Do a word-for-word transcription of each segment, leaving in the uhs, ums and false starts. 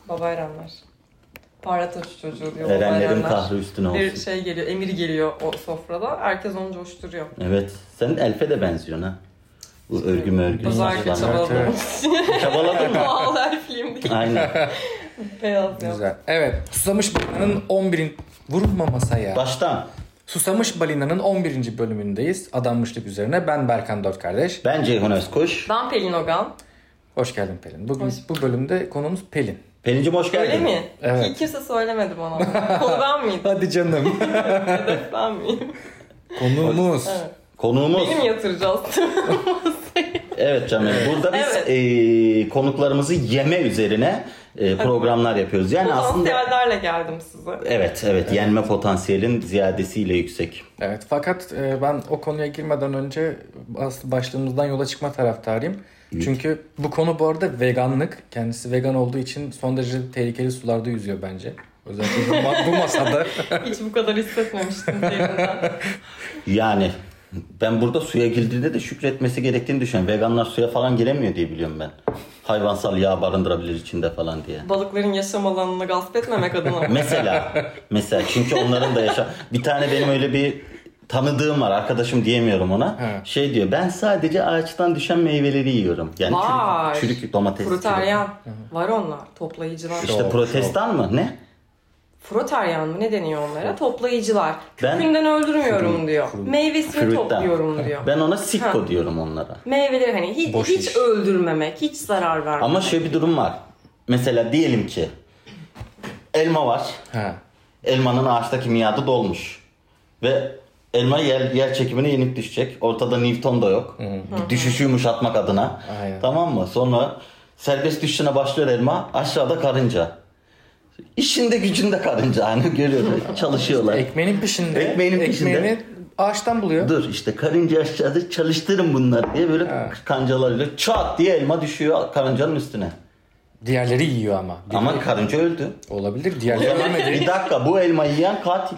Baba Erenler. Parlataş çocuğu diyor. Erenlerin kahrı üstüne olsun. Bir şey geliyor, emir geliyor o sofrada. Herkes onu coşturuyor. Evet. Sen Elf'e de benziyorsun ha. Bu örgü mü örgü. Özellikle çabaladım. Çabaladın mı? Doğal Elf'liyim diye. Aynen. Beyaz ya. Güzel. Evet. Susamış Balina'nın on birinci Vurma masaya. Baştan. Susamış Balina'nın on birinci bölümündeyiz. Adanmışlık üzerine. Ben Berkan Dört Kardeş. Ben Ceyhun Özkuş. Ben Pelin Ogan. Hoş geldin Pelin. Bugün Hoş. bu bölümde konumuz Pelin. Pelin'cim hoş geldin. Öyle mi? Evet. Ki kimse söylemedi bana. Konu ben miydim? Hadi canım. Hedef ben miyim? Konuğumuz. Evet. Konuğumuz. Beni mi yatıracağız? Evet canım. Burada biz Evet. e, konuklarımızı yeme üzerine e, programlar yapıyoruz. Yani aslında Potansiyellerle geldim size. evet, evet yenme potansiyelin ziyadesiyle yüksek. Evet fakat e, ben o konuya girmeden önce as- başlığımızdan yola çıkma taraftarıyım. Evet. Çünkü bu konu bu arada veganlık. Kendisi vegan olduğu için son derece tehlikeli sularda yüzüyor bence. Özellikle bu, ma- bu masada. Hiç bu kadar hissetmemiştim kendimden. Yani ben burada suya girdiğinde de şükretmesi gerektiğini düşünüyorum. Veganlar suya falan giremiyor diye biliyorum ben. Hayvansal yağ barındırabilir içinde falan diye. Balıkların yaşam alanını gasp etmemek adına. Mesela mesela çünkü onların da yaşa. Bir tane benim öyle bir tanıdığım var, arkadaşım diyemiyorum ona. He. Şey diyor, ben sadece ağaçtan düşen meyveleri yiyorum. Yani Var. çürük, çürük domates. Fruteryan. Var onlar. Toplayıcılar. İşte Çok, protestan mı? Ne? Fruteryan mı? Ne deniyor onlara? Toplayıcılar. Ben- Kökünden öldürmüyorum Fruit- diyor. fruit- Meyvesini fruit'ten. topluyorum diyor. Ben ona sikko Ha. diyorum onlara. Meyveleri hani hiç, Boş hiç iş. öldürmemek, hiç zarar vermemek. Ama şöyle bir durum var. Mesela diyelim ki elma var. Ha. Elmanın ağaçtaki miadı dolmuş. Ve elma yer, yer çekimine yenik düşecek. Ortada Newton da yok. Düşüşü yumuşatmak adına. Aynen. Tamam mı? Sonra serbest düşüşüne başlıyor elma. Aşağıda karınca. İşinde gücünde karınca. Hani görüyorum. Çalışıyorlar. Ekmeğinin peşinde. Ekmeğinin peşinde. Ekmeğini ağaçtan buluyor. Dur işte karınca aşağıda çalıştırın bunları diye böyle Ha. kancalarıyla çat diye elma düşüyor karıncanın üstüne. Diğerleri yiyor ama. Biri- Ama karınca öldü. Olabilir. Diğerleri yemedi. Bir dakika, bu elmayı yiyen katil.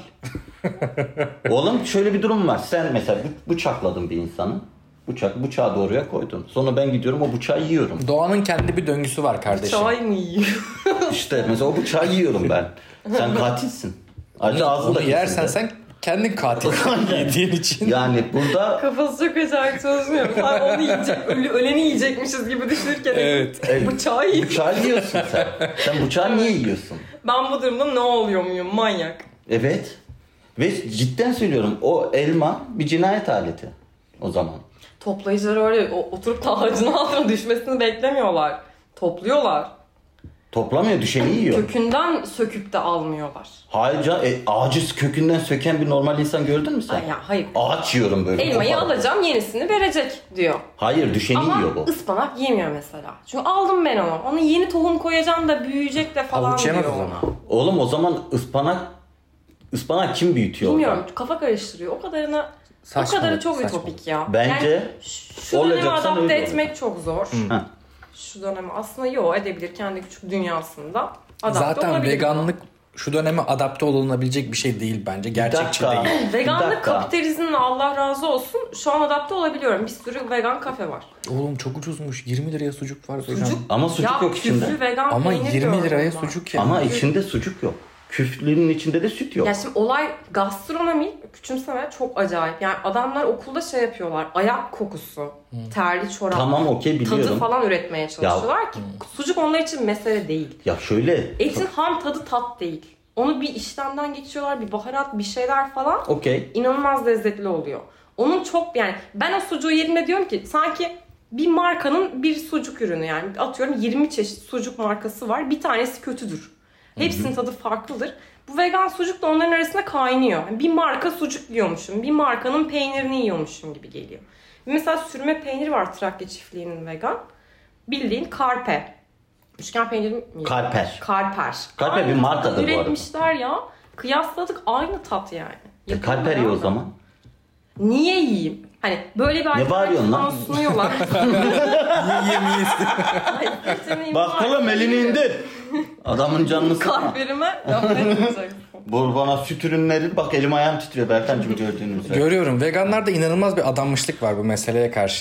Oğlum şöyle bir durum var. Sen mesela bı- bıçakladın bir insanı. Bıçak, bıçağı doğruya koydun. Sonra ben gidiyorum o bıçağı yiyorum. Doğanın kendi bir döngüsü var kardeşim. Çay mı yiyor? İşte mesela o bıçağı yiyorum ben. Sen katilsin. Ayrıca Onu, ağzında onu yersen sen kendin katil yediğin için. Yani burada Kafası çok acayip çalışmıyor. Sen onu yiyecek, ölü, öleni yiyecekmişiz gibi düşünürken Evet. Evet. bıçağı yiyor. bıçağı yiyorsun sen. Sen bıçağı niye yiyorsun? Ben bu durumda ne oluyor muyum? Manyak. Evet. Ve cidden söylüyorum o elma bir cinayet aleti o zaman. Toplayıcılar öyle o- oturup da ağacın altına düşmesini beklemiyorlar. Topluyorlar. Toplamıyor, düşeni yiyor. Kökünden söküp de almıyorlar. Hayır canım, e, ağacı kökünden söken bir normal insan gördün mü sen? Ay ya, hayır. Ağaç yiyorum böyle. Elmayı koparak. alacağım, yenisini verecek diyor. Hayır, düşeni yiyor Ama bu. ıspanak yemiyor mesela. Çünkü aldım ben onu. Onu yeni tohum koyacağım da büyüyecek de falan Havuç diyor yemez o ona. zaman. Oğlum o zaman ıspanak ıspanak kim büyütüyor Bilmiyorum, orada? kafa karıştırıyor. O kadarına Saçma, o kadarı çok saçma. ütopik ya. Bence yani ş- şu dönemi olacaksan adapte öyle etmek olacak. çok zor. Ha. Şu dönemi aslında yok edebilir kendi küçük dünyasında. Adapte Zaten olabilir. veganlık şu döneme adapte olunabilecek bir şey değil bence. Gerçekçi dakika. değil. Bir Veganlık dakika. kapitalizmle Allah razı olsun şu an adapte olabiliyorum. Bir sürü vegan kafe var. Oğlum çok ucuzmuş. yirmi liraya sucuk var. vegan. Sucuk Ama sucuk ya, yok içinde. küflü vegan Ama peynir yirmi gördüm liraya ben. sucuk ya. Ama içinde sucuk yok. Küflünün içinde de süt yok. Ya şimdi olay gastronomi, küçümseme çok acayip. Yani adamlar okulda şey yapıyorlar. Ayak kokusu, terli çorap, Tamam, okey, tadı biliyorum. falan üretmeye çalışıyorlar ki sucuk onlar için mesele değil. Ya şöyle. Etin ham tadı tat değil. Onu bir işlemden geçiyorlar, bir baharat, bir şeyler falan. Okey. İnanılmaz lezzetli oluyor. Onun çok yani ben o sucuğu yediğimde diyorum ki sanki bir markanın bir sucuk ürünü yani atıyorum yirmi çeşit sucuk markası var. Bir tanesi kötüdür. Hepsinin tadı farklıdır. Bu vegan sucuk da onların arasında kaynıyor. Yani bir marka sucuk yiyormuşum, bir markanın peynirini yiyormuşum gibi geliyor. Mesela sürme peyniri var Trakya çiftliğinin vegan. Bildiğin karpe. Üçgen peyniri mi? Karper. Karper. Karper Aynı bir markadır tadı bu arada. üretmişler ya. Kıyasladık aynı tat yani. E, Karper ye o zaman. Niye yiyeyim? Hani böyle bir bağırıyorsun alternatif lan? bana sunuyorlar. Ay, seçeneğim var. Bak oğlum elini indir. Adamın canını sıkma. Kalplerime laf etmeyeceksin. Bu bana süt ürünleri bak elim ayağım titriyor Berkancığım gördüğünüz üzere. Görüyorum. Veganlarda inanılmaz bir adanmışlık var bu meseleye karşı.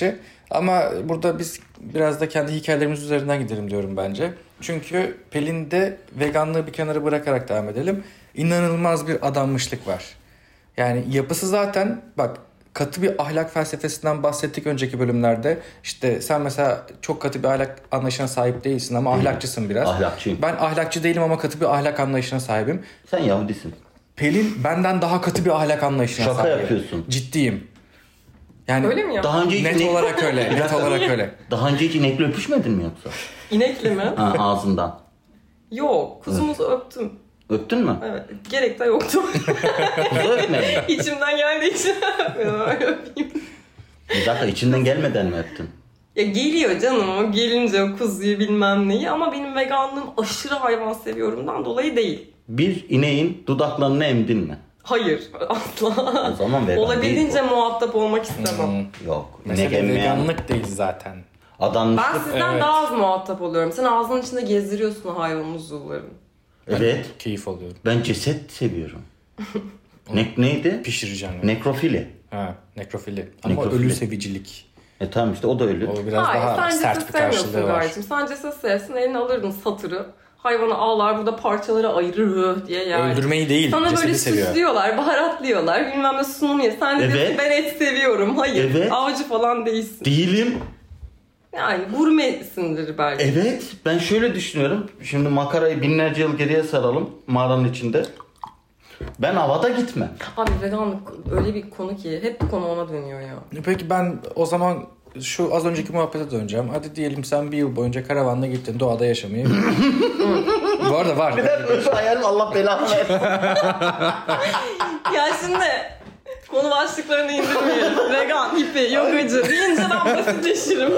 Ama burada biz biraz da kendi hikayelerimiz üzerinden gidelim diyorum bence. Çünkü Pelin'de veganlığı bir kenara bırakarak devam edelim. İnanılmaz bir adanmışlık var. Yani yapısı zaten bak katı bir ahlak felsefesinden bahsettik önceki bölümlerde. İşte sen mesela çok katı bir ahlak anlayışına sahip değilsin ama Değil. ahlakçısın biraz. Ahlakçıyım. Ben ahlakçı değilim ama katı bir ahlak anlayışına sahibim. Sen Yahudisin. Pelin benden daha katı bir ahlak anlayışına Şaka sahip. Şaka yapıyorsun. Ciddiyim. Yani öyle mi ya? Daha önce net inek... olarak öyle. Net olarak öyle. Daha önce hiç inekle öpüşmedin mi yoksa? İnekle mi? Ha, ağzından. Yok. Kuzumuzu evet. öptüm. Öptün mü? Evet. Gerek de yoktu. Kuzu öpmedin. İçimden geldiği için öpeyim. Zaten içinden gelmeden mi öptün? Ya geliyor canım o gelince o kuzuyu bilmem neyi ama benim veganlığım aşırı hayvan seviyorumdan dolayı değil. Bir ineğin dudaklarını emdin mi? Hayır asla. O zaman vegan olabildiğince değil muhatap olmak istemem. Hmm, yok. Mesela İnek emmeyen... veganlık değil zaten. Adanmışlık. Ben sizden evet. daha az muhatap oluyorum. Sen ağzının içinde gezdiriyorsun o hayvanın uzuvlarını. Evet. Keyif alıyorum. Ben ceset seviyorum. ne, neydi? Pişireceğim. Yani. Nekrofili. Ha, nekrofili. Ama Nekrofili. ölü sevicilik. E tamam işte o da ölü. O biraz Hayır, daha sen sert bir karşılığı var. Garcığım. Sen ceset sevsin eline alırdın satırı. Hayvanı ağlar burada parçalara ayırır diye yani. Öldürmeyi değil, sana cesedi böyle seviyor. süslüyorlar, baharatlıyorlar, bilmem ne sunum ye. Sen de Evet. diyorsun ben et seviyorum. Hayır, Evet. avcı falan değilsin. Değilim. Yani gurmesindir belki. Evet. Ben şöyle düşünüyorum. Şimdi makarayı binlerce yıl geriye saralım mağaranın içinde. Ben havada gitmem. Abi veganlık öyle bir konu ki hep bu konu ona dönüyor ya. Peki ben o zaman şu az önceki muhabbete döneceğim. Hadi diyelim sen bir yıl boyunca karavanla gittin doğada yaşamaya. Bu arada var. Bir de şu hayalim Allah belanı versin. Ya şimdi konu başlıklarını indirmeyelim. Vegan, hippie, yogacı deyince ben basitleşirim.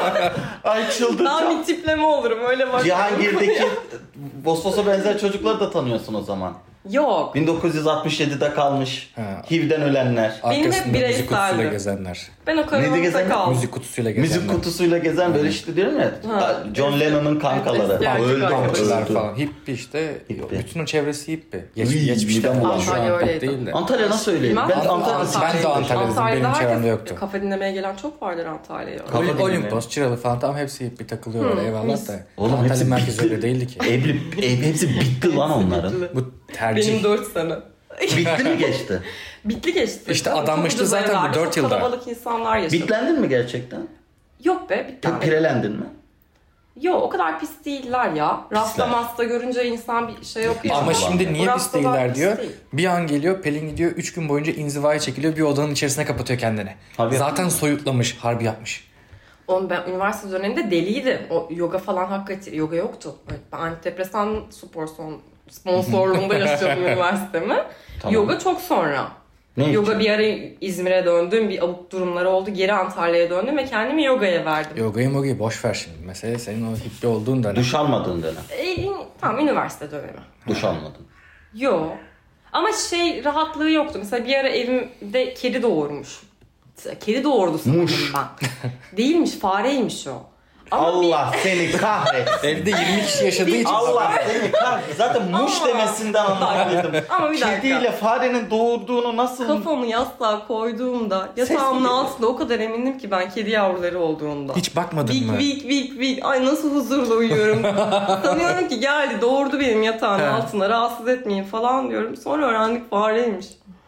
Ay çıldıracağım. Ben bir tipleme olurum öyle bak. Cihangir'deki Bosfos'a benzer çocukları da tanıyorsun o zaman. Yok. bin dokuz yüz altmış yedide kalmış. Ha. H I V'den ölenler. Benim hep Arkasında müzik kutusuyla bireyseldi. gezenler. Ben o Neydi karavanlıkta gezen? kaldım. Müzik kutusuyla gezenler. Müzik kutusuyla gezen böyle işte diyorum ya. Ha. John Lennon'ın kankaları. Evet, Ha, eski öldü, Punkçılar öldü. falan. Hippie işte. Hippie. Bütün o çevresi hippie. Geç, Uy, geçmişte. midem bulandı. Şu an Antalya pek öyleydi. değil de. Antalya nasıl öyleydi? Bilmem. Ben Ant- Antalya Ben de Antalya'daydım. Benim Antalya'da çevremde herkes yoktu. kafe dinlemeye gelen çok vardır Antalya'ya. Kafe Ol- dinlemeye. Olimpos, Çıralı falan tamam hepsi hippie takılıyor öyle eyvallah mis. da. Oğlum Antalya hepsi merkezi bitti. öyle değildi ki. Evli, ev, hepsi bitti lan onların. Bu tercih. Benim dört sene. Bitti mi geçti? Bitli geçti. İşte Çok adanmıştı ucuz zaten bu evlerde, dört çok yılda. kalabalık insanlar yaşadı. Bitlendin mi gerçekten? Yok be bitlenmedi. Pirelendin mi? Yok o kadar pis değiller ya. Rasta masta görünce insan bir şey yapıyor. Ama şimdi niye pis Rastalar değiller pis diyor. değil. Bir an geliyor Pelin gidiyor üç gün boyunca inzivaya çekiliyor bir odanın içerisine kapatıyor kendini. Harbi Zaten soyutlamış harbi yapmış. Oğlum ben üniversite döneminde deliydim. O yoga falan hakikaten yoga yoktu. Ben antidepresan spor son, sponsorluğunda yaşıyordum üniversitemi. Tamam. Yoga çok sonra. Ne Yoga için? bir ara İzmir'e döndüm. Bir abuk durumlar oldu. Geri Antalya'ya döndüm ve kendimi yogaya verdim. Yogayı mogayı boş ver şimdi. Mesele senin o hippie olduğun dönem. Duş almadın dönem. E, tamam üniversite dönemi. Duş almadın. Yo. Ama şey rahatlığı yoktu. Mesela bir ara evimde kedi doğurmuş. Kedi doğurdu sanırım Muş. ben. Değilmiş, fareymiş o. Ama Allah seni kahretsin. Evde yirmi kişi yaşadığı için Allah seni kahretsin. Zaten muş Ama- demesinden anlamalıydım. Ama bir dakika. Kediyle farenin doğurduğunu nasıl... kafamı yastığa koyduğumda Ses yatağımın geliyor. altında o kadar emindim ki ben kedi yavruları olduğunda. hiç bakmadın Vik mı? vik vik vik. Ay nasıl huzurlu uyuyorum. Sanıyorum ki geldi doğurdu benim yatağın He. altına rahatsız etmeyin falan diyorum. Sonra öğrendik fareymiş.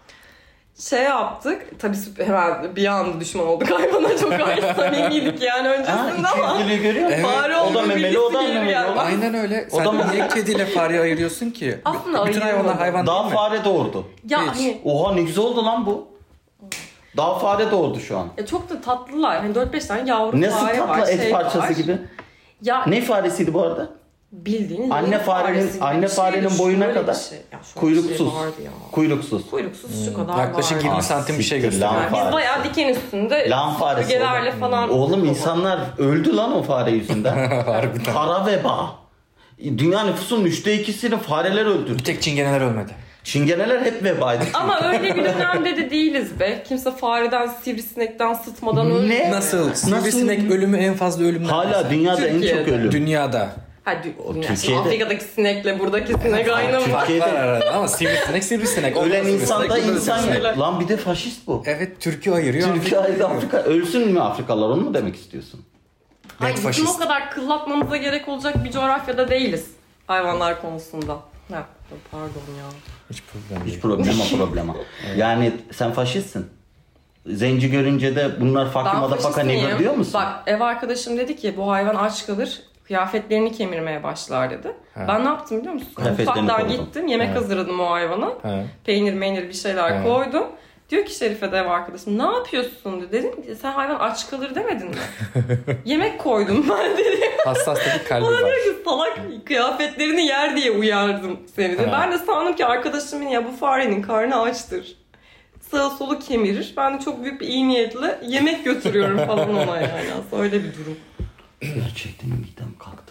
Şey yaptık. Tabii hemen bir anda düşman olduk hayvana. Çok ayrı samimiydik yani Ha, öncesinde ama. ikiyüzlülüğü görüyor musun? Evet. Fare O da olduğu memeli, o da bilgisi gelir memeli. yani. Aynen öyle. O da Sen mı? niye kediyle fareyi ayırıyorsun ki? Aslında Bütün hayvanlar ayırmadım. hayvan Daha değil mi? fare doğurdu. Ya Hiç. hani Oha ne güzel oldu lan bu. Daha fare doğurdu şu an. ya çok da tatlılar. Hani dört beş tane yavru Nasıl fare tatlı var. et şey parçası var. gibi. Ya Ne faresiydi bu arada? bildiğin Anne leğen farenin- faresi gibi anne bir şeydi. farenin boyuna Şöyle bir kadar. şey. Ya şöyle bir Kuyruksuz. Şey vardı ya. Kuyruksuz. Kuyruksuz şu kadar Yaklaşık vardı. yirmi Ah, santim bir şey siktir gösteriyor. lan. Yani faresi. biz bayağı diken üstünde Lan faresi ögelerle oğlum. falan. Oğlum insanlar öldü lan o fare yüzünden. Harbiden. Kara veba. Dünya nüfusunun üçte ikisini fareler Bir öldürdü. tek çingeneler ölmedi. Çingeneler hep vebaydı. Ama öyle bir dönemde de değiliz be. Kimse fareden, sivrisinekten, sıtmadan ölmüyor. Ne? Nasıl? Sivrisinek ölümü en fazla ölümden. Hala dünyada en Türkiye'de. çok ölüm. Dünyada. Hadi O yani Türkiye'de- Afrika'daki sinekle buradaki sinek aynı mı? Türkiye'de- Fark var arada ama sivrisinek sivrisinek. Ölen Ondan insan da sivrisinek, bundan insan sivrisinek. ya. Lan bir de faşist bu. Evet, Türkiye ayırıyor. Türkiye Afrika ayrı ayırıyor. Afrika. Ölsün mü Afrikalılar, onu mu demek istiyorsun? Hayır, Net bizim o faşist. kadar kıllatmamıza gerek olacak bir coğrafyada değiliz hayvanlar konusunda. Ha, pardon ya. Hiç problem Hiç değil. problema problema. Yani sen faşistsin. Zenci görünce de bunlar fucking Ben motherfucker faşist nigger miyim? diyor musun? Bak ev arkadaşım dedi ki bu hayvan aç kalır, kıyafetlerini kemirmeye başlar dedi. Ha. Ben ne yaptım biliyor musun? Kıyafetlerini Mutfaktan koydum. gittim, yemek Ha. hazırladım o hayvana. Ha. Peynir meynir bir şeyler Ha. koydum. Diyor ki Şerife de ev arkadaşım, ne yapıyorsun dedi. Dedim ki sen hayvan aç kalır demedin mi? Yemek koydum ben dedi. Hassas da bir kalbi Bana var. diyor ki salak kıyafetlerini yer diye uyardım seni de. Ha. Ben de sandım ki arkadaşımın ya bu farenin karnı açtır. Sağı solu kemirir. Ben de çok büyük bir iyi niyetle yemek götürüyorum falan ona yani. Aslında öyle bir durum. Gerçekten midem kalktı.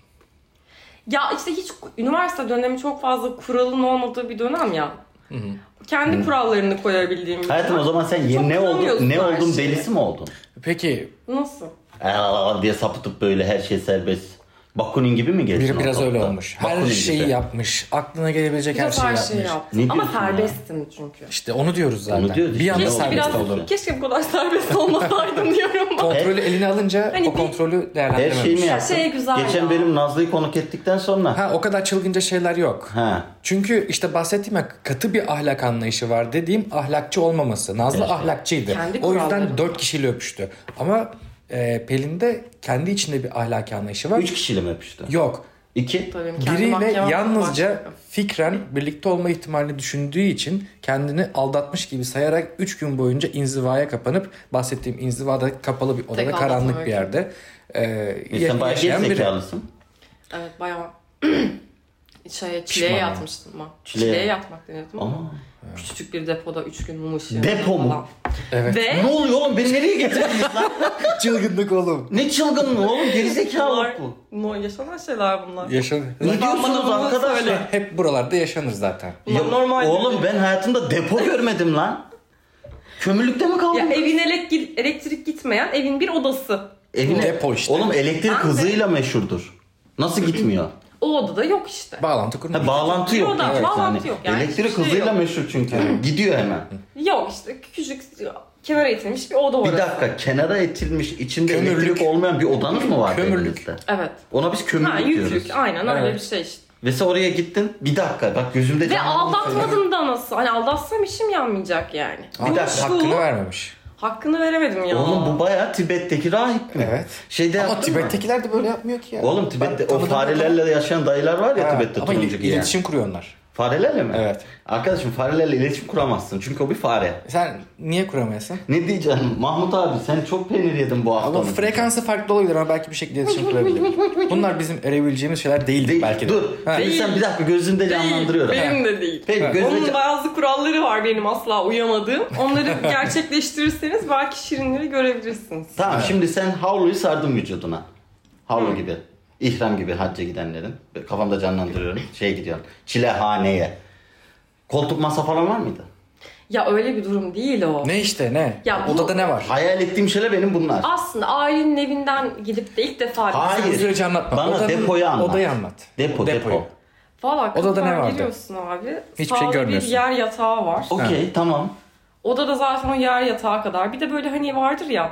Ya işte hiç üniversite dönemi çok fazla kuralın olmadığı bir dönem ya. Hı hı. Kendi kurallarını koyabildiğim bir Hayatım dönem. o zaman sen Çok ye- ne kuramıyorsun oldun ne her oldun şeyi. delisi mi oldun? Peki Nasıl? Aa diye sapıtıp böyle her şey serbest. Bakunin gibi mi gezdin biri biraz ortalıkta? öyle olmuş. Her Bakunin şeyi gibi. yapmış. Aklına gelebilecek her Biraz şeyi her yapmış. şeyi yaptım. Ne Ama diyorsun ya? serbestim çünkü. İşte onu diyoruz zaten. Onu diyoruz bir işte. anda Ne Keşke oldu? serbest biraz, oldun. keşke bu kadar serbest olmasaydım diyorum ben. Kontrolü eline alınca Hani o bir- kontrolü Her değerlendirememiş. şeyi mi Her yaptın? şey güzel Geçen ya. benim Nazlı'yı konuk ettikten sonra. Ha, o kadar çılgınca şeyler yok. Ha. Çünkü işte bahsettiğim ya, katı bir ahlak anlayışı var dediğim ahlakçı olmaması. Nazlı Evet. ahlakçıydı. Kendi O yüzden kuralları. dört kişiyle öpüştü. Ama e, Pelin'de kendi içinde bir ahlaki anlayışı var. Üç kişiyle mi öpüştü? Yok. İki. Tabii, kendi Biriyle mahkemem yalnızca başka. fikren birlikte olma ihtimalini düşündüğü için kendini aldatmış gibi sayarak üç gün boyunca inzivaya kapanıp, bahsettiğim inzivada kapalı bir odada, Tek karanlık aldatma bir yerde e, E sen bayağı yaşayan biri. gerizekalısın. Evet bayağı şeye, çileye Pişman yatmıştım ben. Çileye. Çileye, yatmak deniyordum. Aa. Küçücük bir depoda üç gün mum ışığında Depo mu? falan. Evet. Ve Ne oluyor oğlum? Beni nereye getirdiniz lan? Çılgınlık oğlum. Ne çılgınlığı oğlum? bunlar, Gerizekalılık bu. no, yaşanan şeyler bunlar. Yaşanır. Ne Bana diyorsunuz bunu arkadaşlar? söyle. Hep buralarda yaşanır zaten. Bunlar Ya, normal oğlum değil. ben hayatımda depo görmedim lan. Kömürlükte mi kaldım? Ya evin elektrik, elektrik gitmeyen evin bir odası. Evine- Depo işte. Oğlum elektrik Ben de- hızıyla meşhurdur. Nasıl gitmiyor? O odada yok işte. Bağlantı kurmuş. Ha, bağlantı Bir yok. oda, evet, bağlantı yani. yok yani, Elektrik hiçbir şey hızıyla yok. meşhur çünkü. Gidiyor hemen. Yok işte küçük kenara itilmiş bir oda Bir orası. dakika, kenara etilmiş, içinde Kömürlük. elektrik olmayan bir odanız mı var Kömürlük. evinizde? Evet. Ona biz kömürlük Ha diyoruz. yüklük aynen öyle Evet. bir şey işte. Ve sen oraya gittin. Bir dakika bak gözümde Ve canlandı söyleyeyim. aldatmadım da nasıl? Hani aldatsam işim yanmayacak yani. Ama Bu dakika, şu- hakkını vermemiş. Hakkını veremedim ya. Oğlum bu bayağı Tibet'teki rahip mi? Evet. Şeyde Ama yaptın mı? Tibet'tekiler de böyle yapmıyor ki ya. Oğlum Tibet'te Ben o tanıdığım farelerle yaşayan dayılar var ya Ha, Tibet'te ama turuncu il- giyen. iletişim kuruyor onlar. Farelerle mi? Evet. Arkadaşım farelerle iletişim kuramazsın. Çünkü o bir fare. Sen niye kuramayasın? Ne diyeceğim? Mahmut abi sen çok peynir yedin bu hafta. Ama frekansı farklı olabilir ama belki bir şekilde iletişim kurabilir. Bunlar bizim erebileceğimiz şeyler değildir Değil. belki de. Dur. Ha. Şimdi sen bir dakika gözünde Değil, canlandırıyorum. benim de değil. Peki Ha. gözünde Onun can- bazı kuralları var benim asla uyamadığım. Onları gerçekleştirirseniz belki şirinleri görebilirsiniz. Tamam Evet. şimdi sen havluyu sardın vücuduna. Havlu gibi. İhram gibi hacca gidenlerin. Böyle kafamda canlandırıyorum. Şeye gidiyorsun. Çilehaneye. Koltuk masa falan var mıydı? Ya öyle bir durum değil o. Ne işte ne? Ya bu- Odada ne var? Hayal ettiğim şeyler benim bunlar. Aslında ailenin evinden gidip de ilk defa... Hayır. Süreci anlatma. Bana Odanın- depoyu anlat. Odayı anlat. Depo, Depoyu. depo. Valla Odada kapıdan ne vardı? giriyorsun abi. Hiçbir şey Sağda görmüyorsun. bir yer yatağı var. Okey tamam. Odada zaten o yer yatağı kadar. Bir de böyle hani vardır ya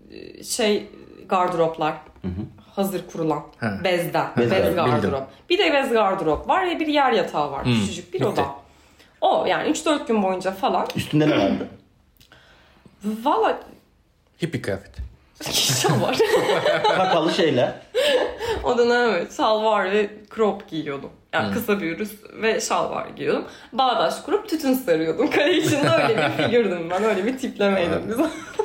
şey gardıroplar. Hazır kurulan. Ha. Bezden. Bez, Bez, evet, gardırop. bildim. Bir de bez gardırop var ve bir yer yatağı var. Hmm, Küçücük bir bitti. oda. O yani üç dört gün boyunca falan. Üstünde ne vardı? Valla Hippi kıyafet. şal var. Kakalı şeyler. Odana evet şalvar ve crop giyiyordum. Yani kısa bir üst ve şalvar giyiyordum. Bağdaş kurup tütün sarıyordum. Kare içinde öyle bir figürdüm ben. Öyle bir tiplemeydim biz.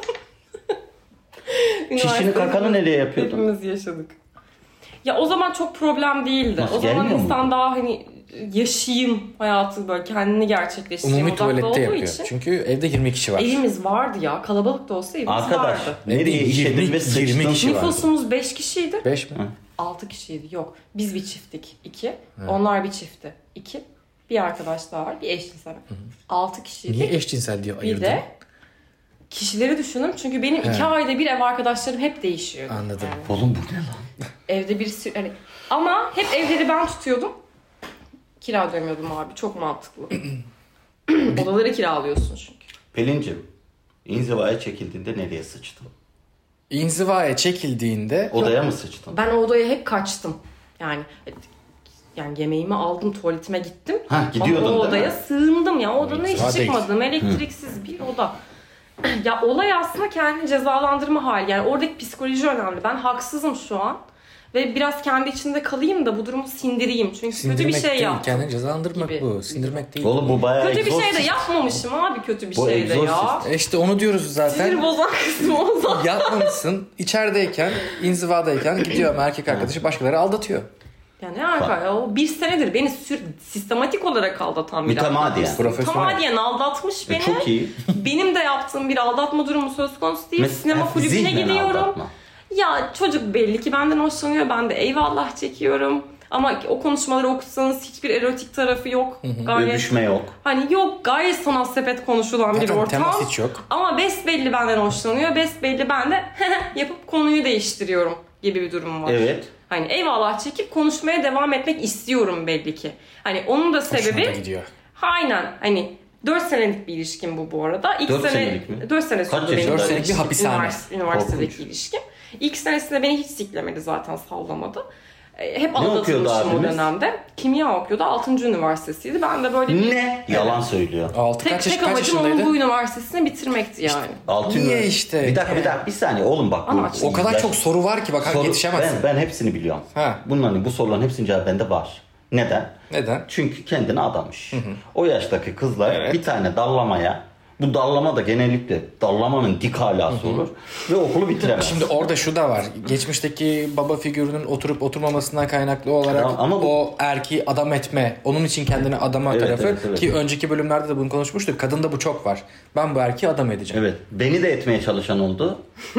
Çişini kakanı nereye yapıyordun? Hepimiz yaşadık. Ya o zaman çok problem değildi. Nasıl, o zaman gelmiyor insan muydu? daha hani yaşayayım hayatı böyle kendini gerçekleştireyim Umumi odaklı tuvalette olduğu yapıyor. için. Çünkü evde yirmi kişi var. Evimiz vardı ya. Kalabalık da olsa evimiz Arkadaş vardı. nereye işedin ve yirmi sıçtın? kişi var. Nüfusumuz beş kişiydi. Beş mi? altı kişiydi. Yok. Biz bir çifttik. iki. Onlar bir çiftti. iki. Bir arkadaş daha var. Bir eşcinsel. altı kişiydik. Niye eşcinsel diye Bir ayırdın? de kişileri düşünün. Çünkü benim He. iki ayda bir ev arkadaşlarım hep değişiyor. Anladım. Oğlum bu ne lan? evde birisi hani ama hep evleri ben tutuyordum. Kira ödemiyordum abi. Çok mantıklı. Odaları kiralıyorsun çünkü. Pelin'cim, inzivaya çekildiğinde nereye sıçtın? İnzivaya çekildiğinde... Odaya mı sıçtın? Ben o odaya hep kaçtım. Yani yani yemeğimi aldım, tuvaletime gittim. Ha, gidiyordun ama o odaya değil mi? sığındım ya. O odanın hiç İnziva değil. çıkmadım. Elektriksiz bir oda. Ya olay aslında kendini cezalandırma hali. Yani oradaki psikoloji önemli. Ben haksızım şu an. Ve biraz kendi içinde kalayım da bu durumu sindireyim. Çünkü Sindirmek kötü bir şey değil, yaptım. kendini cezalandırmak gibi. bu. Sindirmek değil. Oğlum bu bayağı Kötü bir şey de egzorsist. yapmamışım abi, kötü bir Bu şey de ya. egzorsist. E işte onu diyoruz Sinir zaten. bozan kısmı o zaman. Yapmamışsın. İçerideyken, inzivadayken gidiyor ama erkek arkadaşı başkaları aldatıyor. Ya ne alaka ya? O bir senedir beni sür, sistematik olarak aldatan bir Mütemadiyen. adam. Profesyonel. Mütemadiyen aldatmış beni. E, çok iyi. Benim de yaptığım bir aldatma durumu söz konusu değil. Mesela Sinema kulübüne zihnen gidiyorum. aldatma. Ya çocuk belli ki benden hoşlanıyor. Ben de eyvallah çekiyorum. Ama o konuşmaları okusanız hiçbir erotik tarafı yok. Gayet, Öpüşme yok. hani yok, gayet sanat sepet konuşulan bir Zaten ortam. temas hiç yok. Ama besbelli benden hoşlanıyor. Besbelli ben de yapıp konuyu değiştiriyorum gibi bir durum var. Evet. Hani eyvallah çekip konuşmaya devam etmek istiyorum belli ki. Hani onun da Hoşuna da sebebi gidiyor. aynen hani dört senelik bir ilişkim bu bu arada. İlk Dört sene, senelik mi? dört sene Kaç sürdü benim yaşında? Dört senelik bir ilişkim. hapishane. Ünivers- üniversitedeki Korkunç. ilişkim. İlk senesinde beni hiç siklemedi zaten, sallamadı. E, Hep Ne okuyordu aldatılmışım o abimiz? dönemde. Kimya okuyordu. altıncı üniversitesiydi. Ben de böyle bir... Ne? Yalan söylüyor. Altı Tek, kaç, yaş, tek kaç amacım onun yaşındaydı? bu üniversitesini bitirmekti yani. Altın Niye ünivers- işte? Bir dakika bir dakika bir saniye oğlum bak. Ama bu, açık. O kadar yaş- çok soru var ki bak soru- yetişemezsin. Ben, ben hepsini biliyorum. Ha. Bunların bu soruların hepsinin cevabı bende var. Neden? Neden? Çünkü kendine adamış. O yaştaki kızlar Evet. bir tane dallamaya, bu dallama da genellikle dallamanın dik alası olur ve okulu bitiremez. Şimdi orada şu da var. Geçmişteki baba figürünün oturup oturmamasından kaynaklı olarak Ama- ama bu- o erkeği adam etme, onun için kendini adama Evet, tarafı evet, evet. ki önceki bölümlerde de bunu konuşmuştuk. Kadında bu çok var. Ben bu erkeği adam edeceğim. Evet. Beni de etmeye çalışan oldu.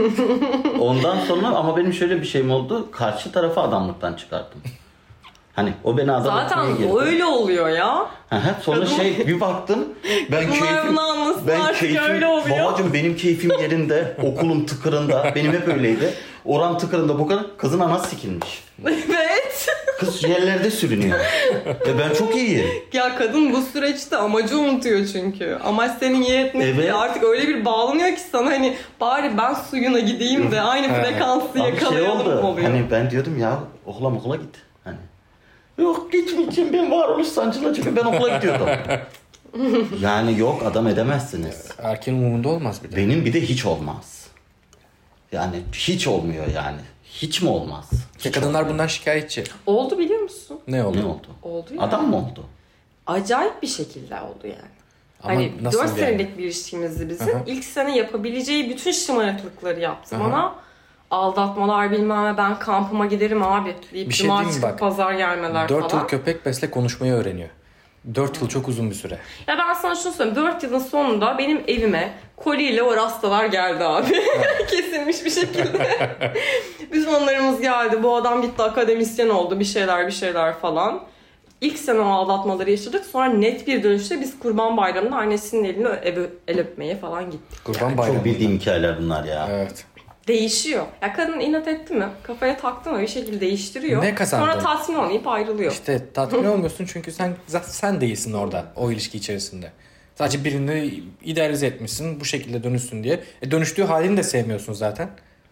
Ondan sonra ama benim şöyle bir şeyim oldu. Karşı tarafı adamlıktan çıkarttım. Hani o beni adam Zaten etmeye girdi. o öyle oluyor ya. Hı hı, Sonra Kadın- şey bir baktım. Ben Bunlar keyfim, bunu anlasın ben artık, keyfim, öyle oluyor. babacım benim keyfim yerinde, okulum tıkırında, benim hep öyleydi. Oram tıkırında bu kadar, kızın anası sikilmiş. Evet. Kız yerlerde sürünüyor. Ve ben çok iyiyim. Ya kadın bu süreçte amacı unutuyor çünkü. Amaç senin iyi etmek Evet. değil. Artık öyle bir bağlanıyor ki sana, hani bari ben suyuna gideyim de aynı frekansı Abi şey yakalayalım oldu, oluyor. hani ben diyordum ya okula okula git. Hani yok gitmeyeceğim, ben varoluş sancılı çünkü ben okula gidiyordum. Yani yok adam edemezsiniz. Erkeğin umurunda olmaz bir de. Benim bir de hiç olmaz. Yani hiç olmuyor yani. Hiç mi olmaz? Ya kadınlar bundan şikayetçi. Oldu biliyor musun? Ne oldu? Ne oldu? Oldu ya. Adam mı oldu? Acayip bir şekilde oldu yani. Ama hani nasıl dört yani? senelik bir ilişkimizdi bizim. Hı hı. İlk sene yapabileceği bütün şımarıklıkları yaptı Hı hı. bana. Aldatmalar bilmem ne, ben kampıma giderim abi deyip Bir şey cuma diyeyim mi çıkıp bak? pazar gelmeler Dört falan. yıl köpek besle konuşmayı öğreniyor. Dört yıl çok uzun bir süre. Ya ben sana şunu söyleyeyim. dört yılın sonunda benim evime koliyle o rastalar geldi abi. Kesilmiş bir şekilde. Biz onlarımız geldi. Bu adam gitti akademisyen oldu. Bir şeyler bir şeyler falan. İlk sene o aldatmaları yaşadık. Sonra net bir dönüşte biz Kurban Bayramı'nda annesinin elini el, el öpmeye falan gittik. Kurban bayramı. Çok bildiğim hikayeler bunlar ya. Evet. Değişiyor. Ya kadın inat etti mi? Kafaya taktı mı? Bir şekilde değiştiriyor. Ne kazandın? Sonra tatmin olmayıp ayrılıyor. İşte tatmin olmuyorsun çünkü sen zaten sen değilsin orada o ilişki içerisinde. Sadece birini idealize etmişsin bu şekilde dönüşsün diye. E dönüştüğü halini de sevmiyorsun zaten.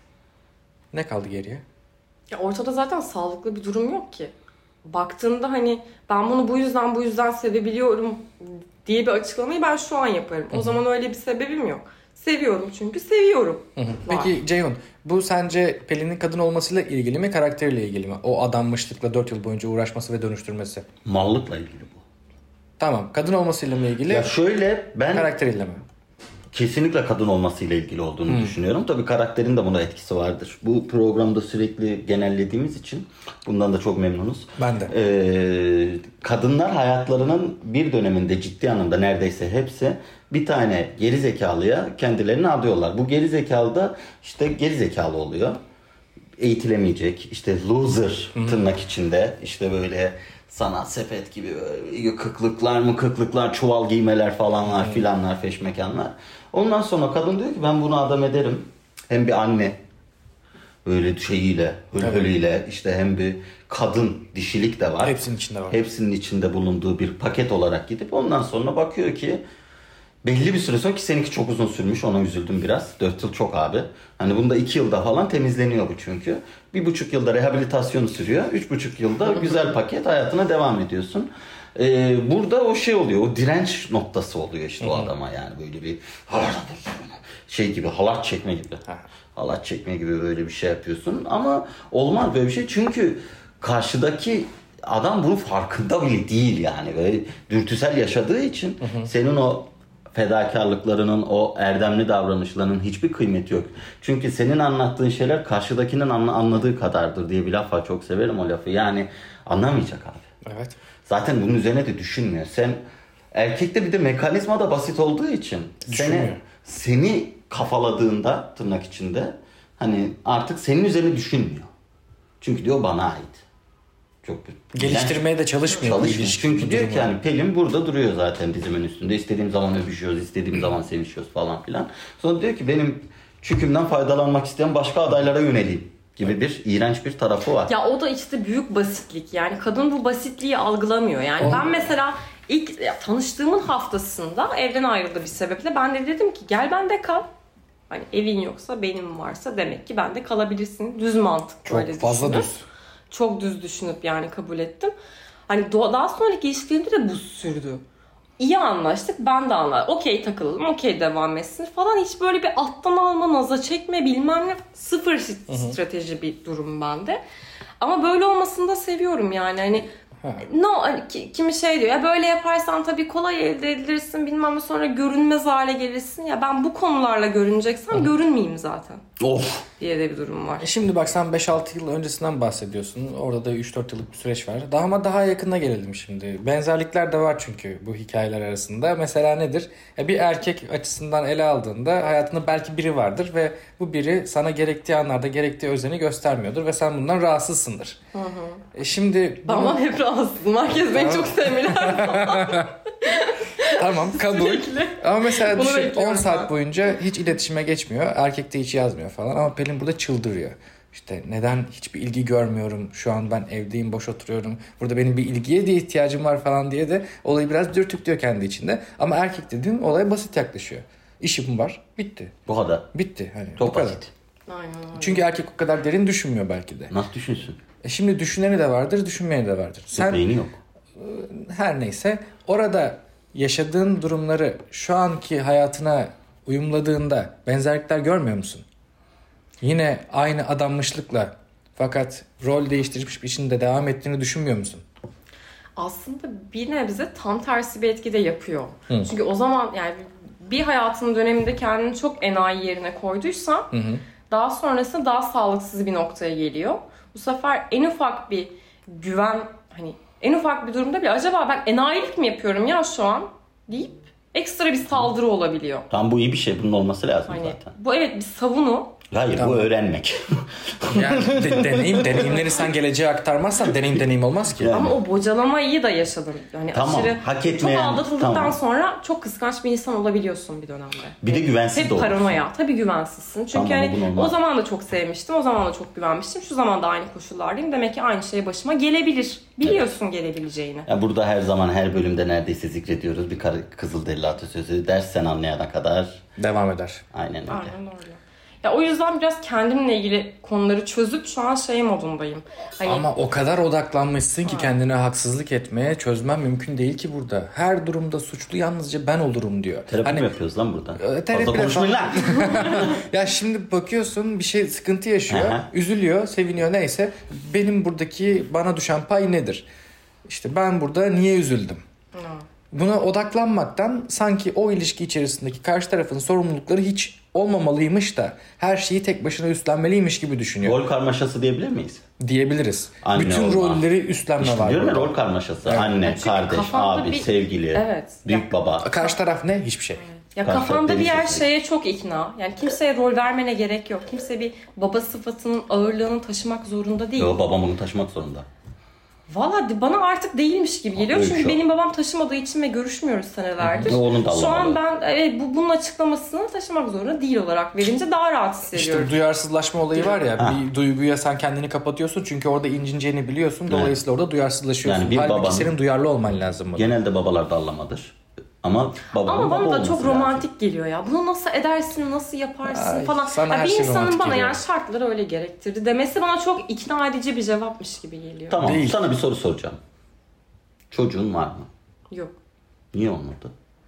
Ne kaldı geriye? Ya ortada zaten sağlıklı bir durum yok ki. Baktığında hani ben bunu bu yüzden bu yüzden sevebiliyorum diye bir açıklamayı ben şu an yaparım. O zaman öyle bir sebebim yok. Seviyorum çünkü seviyorum. Hı hı. Var. Peki Ceyhun, bu sence Pelin'in kadın olmasıyla ilgili mi, karakteriyle ilgili mi? O adanmışlıkla dört yıl boyunca uğraşması ve dönüştürmesi. Mallıkla ilgili bu. Tamam, kadın olmasıyla mı ilgili, Ya şöyle ben karakteriyle mi? kesinlikle kadın olmasıyla ilgili olduğunu düşünüyorum. Tabii karakterin de buna etkisi vardır. Bu programda sürekli genellediğimiz için bundan da çok memnunuz. Ben de. Ee, kadınlar hayatlarının bir döneminde ciddi anlamda neredeyse hepsi bir tane geri zekalıya kendilerini adıyorlar. Bu geri zekalı da işte geri zekalı oluyor. Eğitilemeyecek, işte loser tırnak içinde, işte böyle sanat sepet gibi böyle kıklıklar mı kıklıklar, çuval giymeler falanlar filanlar, feşmekanlar. Ondan sonra kadın diyor ki ben bunu adam ederim. Hem bir anne, öyle şeyiyle, hölhölüyle, işte hem bir kadın dişilik de var. Hepsinin içinde var. Hepsinin içinde bulunduğu bir paket olarak gidip ondan sonra bakıyor ki belli bir süre sonra, ki seninki çok uzun sürmüş, ona üzüldüm biraz. dört yıl çok abi. Hani bunda iki yılda falan temizleniyor bu çünkü. Bir buçuk yılda rehabilitasyonu sürüyor. Üç buçuk yılda güzel paket, hayatına devam ediyorsun. Ee, burada o şey oluyor, o direnç noktası oluyor işte o adama yani, böyle bir şey gibi, halat çekme gibi. Halat çekme gibi böyle bir şey yapıyorsun ama olmaz böyle bir şey çünkü karşıdaki adam bunun farkında bile değil yani, böyle dürtüsel yaşadığı için hı hı. senin o fedakarlıklarının, o erdemli davranışlarının hiçbir kıymeti yok. Çünkü senin anlattığın şeyler karşıdakinin anladığı kadardır diye bir laf var, çok severim o lafı. Yani anlamayacak abi. Evet. Zaten bunun üzerine de düşünmüyor. Sen erkekte bir de mekanizma da basit olduğu için seni seni kafaladığında tırnak içinde hani artık senin üzerine düşünmüyor. Çünkü diyor bana ait. Çok geliştirmeye yani, de çalışmıyor. Çalışmıyor. Çünkü diyor ki yani Pelin burada duruyor zaten dizimin üstünde. İstediğim zaman öpüşüyoruz, istediğim zaman sevişiyoruz falan filan. Sonra diyor ki benim çükümden faydalanmak isteyen başka adaylara yöneleyim gibi bir iğrenç bir tarafı var. Ya o da işte büyük basitlik. Yani kadın bu basitliği algılamıyor. Yani o... ben mesela ilk ya, tanıştığımın haftasında evden ayrıldı bir sebeple. Ben de dedim ki gel bende kal. Hani evin yoksa benim varsa demek ki bende kalabilirsin. Düz mantık. Çok böyle fazla düşünüp. düz. Çok düz düşünüp yani kabul ettim. Hani daha sonraki ilişkilerimde de bu sürdü. İyi anlaştık, ben de anladım. Okey takılalım, okey devam etsin falan. Hiç böyle bir alttan alma, naza çekme bilmem ne. Sıfır strateji bir durum bende. Ama böyle olmasını da seviyorum yani. Hani no, hani kimi şey diyor ya, böyle yaparsan tabii kolay elde edilirsin bilmem ne, sonra görünmez hale gelirsin. Ya ben bu konularla görüneceksem Hı. görünmeyeyim zaten. Of. Diye de bir durum var. E şimdi bak sen beş altı yıl öncesinden bahsediyorsun. Orada da üç dört yıllık bir süreç var. Daha ama daha yakına gelelim şimdi. Benzerlikler de var çünkü bu hikayeler arasında. Mesela nedir? E bir erkek açısından ele aldığında hayatında belki biri vardır ve bu biri sana gerektiği anlarda gerektiği özeni göstermiyordur ve sen bundan rahatsızsındır. Hı hı. E şimdi bunu... Tamam, hep rahatsızım. Herkes beni çok sevmiyor. Tamam, kabul. Sürekli. Ama mesela düşün, on saat boyunca hiç iletişime geçmiyor. Erkek de hiç yazmıyor falan. Ama Pelin burada çıldırıyor. İşte neden hiçbir ilgi görmüyorum? Şu an ben evdeyim, boş oturuyorum. Burada benim bir ilgiye de ihtiyacım var falan diye de olayı biraz dürtüklüyor kendi içinde. Ama erkek dediğin olay basit yaklaşıyor. İşim var, bitti. Bu kadar. Bitti. Hani çok bu kadar. basit. Aynen öyle. Çünkü erkek o kadar derin düşünmüyor belki de. Nasıl düşünsün? E şimdi düşüneni de vardır, düşünmeyeni de vardır. Sen, beyni yok. Her neyse orada yaşadığın durumları şu anki hayatına uyumladığında benzerlikler görmüyor musun? Yine aynı adanmışlıkla fakat rol değiştirmiş bir içinde devam ettiğini düşünmüyor musun? Aslında bir nebze tam tersi bir etki de yapıyor. Hı. Çünkü o zaman yani bir hayatının döneminde kendini çok enayi yerine koyduysan hı hı. daha sonrasında daha sağlıksız bir noktaya geliyor. Bu sefer en ufak bir güven, hani en ufak bir durumda bile acaba ben enayilik mi yapıyorum ya şu an deyip ekstra bir saldırı olabiliyor. Tam bu iyi bir şey. Bunun olması lazım hani, zaten. Bu evet bir savunu. Hayır tamam. Bu öğrenmek. Yani de, deneyim, deneyimleri sen geleceğe aktarmazsan deneyim deneyim olmaz ki. Yani. Ama o bocalamayı da yaşadım. Yani tamam, aşırı hak etmeyen, çok aldatıldıktan tamam. sonra çok kıskanç bir insan olabiliyorsun bir dönemde. Bir de güvensiz hep de olursun. Hep paranoya. Tabii güvensizsin. Çünkü tamam, hani o zaman da çok sevmiştim. O zaman da çok güvenmiştim. Şu zaman da aynı koşullardayım. Demek ki aynı şey başıma gelebilir. Biliyorsun evet. gelebileceğini. Ya burada her zaman her bölümde neredeyse zikrediyoruz. Bir Kızılderili atasözü. Ders sen anlayana kadar devam eder. Aynen öyle. Aynen öyle. Ya o yüzden biraz kendimle ilgili konuları çözüp şu an şey modundayım. Hani... Ama o kadar odaklanmışsın ki ha. kendine haksızlık etmeye, çözmen mümkün değil ki burada. Her durumda suçlu yalnızca ben olurum diyor. Terapi hani... mi yapıyoruz lan burada? E, terapi Fazla konuşmayın lan. Ya şimdi bakıyorsun bir şey sıkıntı yaşıyor, üzülüyor, seviniyor neyse. Benim buradaki bana düşen pay nedir? İşte ben burada niye üzüldüm? Ha. Buna odaklanmaktan sanki o ilişki içerisindeki karşı tarafın sorumlulukları hiç olmamalıymış da her şeyi tek başına üstlenmeliymiş gibi düşünüyor. Rol karmaşası diyebilir miyiz? Diyebiliriz. Anne bütün olma. rolleri üstlenme işte var. Diyorum ya, rol karmaşası. Evet. Anne, yani kardeş, abi, bir... sevgili, evet. büyük baba. Karşı taraf ne? Hiçbir şey. Ya karşı kafanda bir yer şeye çok ikna. Yani kimseye rol vermene gerek yok. Kimse bir baba sıfatının ağırlığını taşımak zorunda değil. Yo, babam bunu taşımak zorunda. Valla bana artık değilmiş gibi geliyor. Öyle Çünkü şu an. benim babam taşımadığı için ve görüşmüyoruz senelerdir. Hı hı. Onun da Şu an anlamadı. ben evet, bu, bunun açıklamasını taşımak zorunda değil olarak verince daha rahat hissediyorum. İşte duyarsızlaşma olayı var ya, Ha. bir duyguya sen kendini kapatıyorsun çünkü orada incineceğini biliyorsun. Dolayısıyla orada duyarsızlaşıyorsun. Yani bir Halbuki babanın- senin duyarlı olman lazım buna. Genelde babalar da anlamadır. Ama babanın Ama baba bana da çok olması romantik lazım. geliyor ya. Bunu nasıl edersin, nasıl yaparsın Ay, falan. sana Ya her bir şey insanın romantik bana geliyor. yani şartları öyle gerektirdi demesi bana çok ikna edici bir cevapmış gibi geliyor. Tamam, Değil. sana bir soru soracağım. Çocuğun var mı? Yok. Niye olmadı?